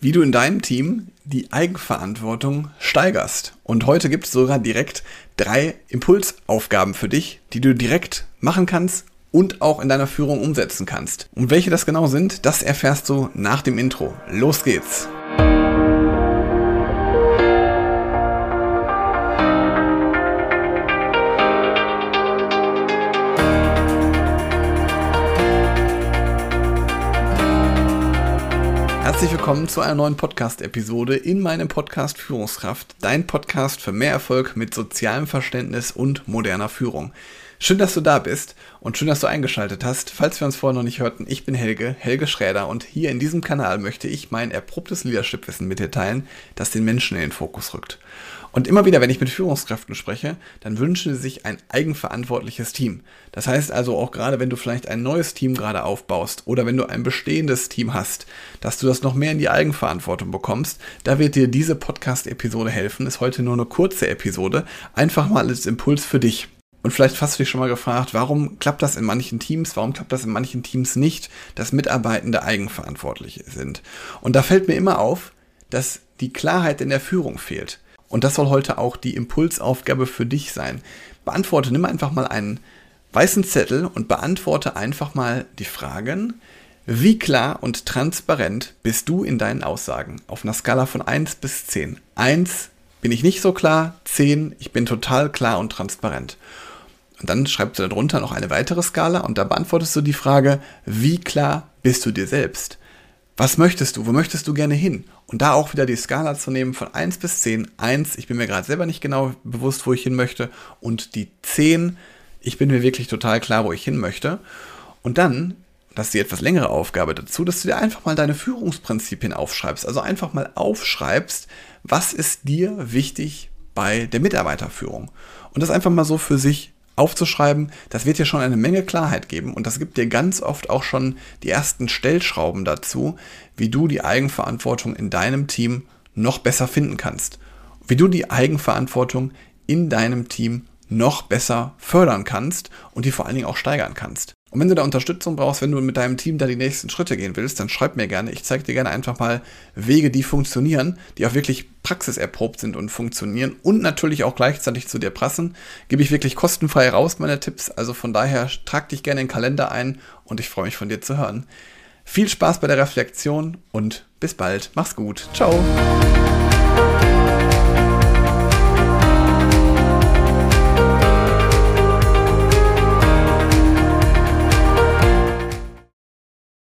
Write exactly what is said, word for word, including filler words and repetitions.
wie du in deinem Team die Eigenverantwortung steigerst. Und heute gibt es sogar direkt drei Impulsaufgaben für dich, die du direkt machen kannst und auch in deiner Führung umsetzen kannst. Und welche das genau sind, das erfährst du nach dem Intro. Los geht's! Herzlich willkommen zu einer neuen Podcast-Episode in meinem Podcast Führungskraft, dein Podcast für mehr Erfolg mit sozialem Verständnis und moderner Führung. Schön, dass du da bist und schön, dass du eingeschaltet hast. Falls wir uns vorher noch nicht hörten, ich bin Helge, Helge Schräder, und hier in diesem Kanal möchte ich mein erprobtes Leadership-Wissen mit dir teilen, das den Menschen in den Fokus rückt. Und immer wieder, wenn ich mit Führungskräften spreche, dann wünschen sie sich ein eigenverantwortliches Team. Das heißt also auch gerade, wenn du vielleicht ein neues Team gerade aufbaust oder wenn du ein bestehendes Team hast, dass du das noch mehr in die Eigenverantwortung bekommst, da wird dir diese Podcast-Episode helfen. Ist heute nur eine kurze Episode, einfach mal als Impuls für dich. Und vielleicht hast du dich schon mal gefragt, warum klappt das in manchen Teams, warum klappt das in manchen Teams nicht, dass Mitarbeitende eigenverantwortlich sind. Und da fällt mir immer auf, dass die Klarheit in der Führung fehlt. Und das soll heute auch die Impulsaufgabe für dich sein. Beantworte, nimm einfach mal einen weißen Zettel und beantworte einfach mal die Fragen, wie klar und transparent bist du in deinen Aussagen? Auf einer Skala von eins bis zehn. eins bin ich nicht so klar, zehn ich bin total klar und transparent. Und dann schreibst du darunter noch eine weitere Skala und da beantwortest du die Frage, wie klar bist du dir selbst? Was möchtest du? Wo möchtest du gerne hin? Und da auch wieder die Skala zu nehmen von eins bis zehn. eins, ich bin mir gerade selber nicht genau bewusst, wo ich hin möchte. Und die zehn, ich bin mir wirklich total klar, wo ich hin möchte. Und dann, das ist die etwas längere Aufgabe dazu, dass du dir einfach mal deine Führungsprinzipien aufschreibst. Also einfach mal aufschreibst, was ist dir wichtig bei der Mitarbeiterführung. Und das einfach mal so für sich aufzuschreiben, das wird dir schon eine Menge Klarheit geben und das gibt dir ganz oft auch schon die ersten Stellschrauben dazu, wie du die Eigenverantwortung in deinem Team noch besser finden kannst. Wie du die Eigenverantwortung in deinem Team noch besser fördern kannst und die vor allen Dingen auch steigern kannst. Und wenn du da Unterstützung brauchst, wenn du mit deinem Team da die nächsten Schritte gehen willst, dann schreib mir gerne. Ich zeige dir gerne einfach mal Wege, die funktionieren, die auch wirklich praxiserprobt sind und funktionieren und natürlich auch gleichzeitig zu dir passen. Gebe ich wirklich kostenfrei raus, meine Tipps. Also von daher trag dich gerne in den Kalender ein und ich freue mich von dir zu hören. Viel Spaß bei der Reflexion und bis bald. Mach's gut. Ciao.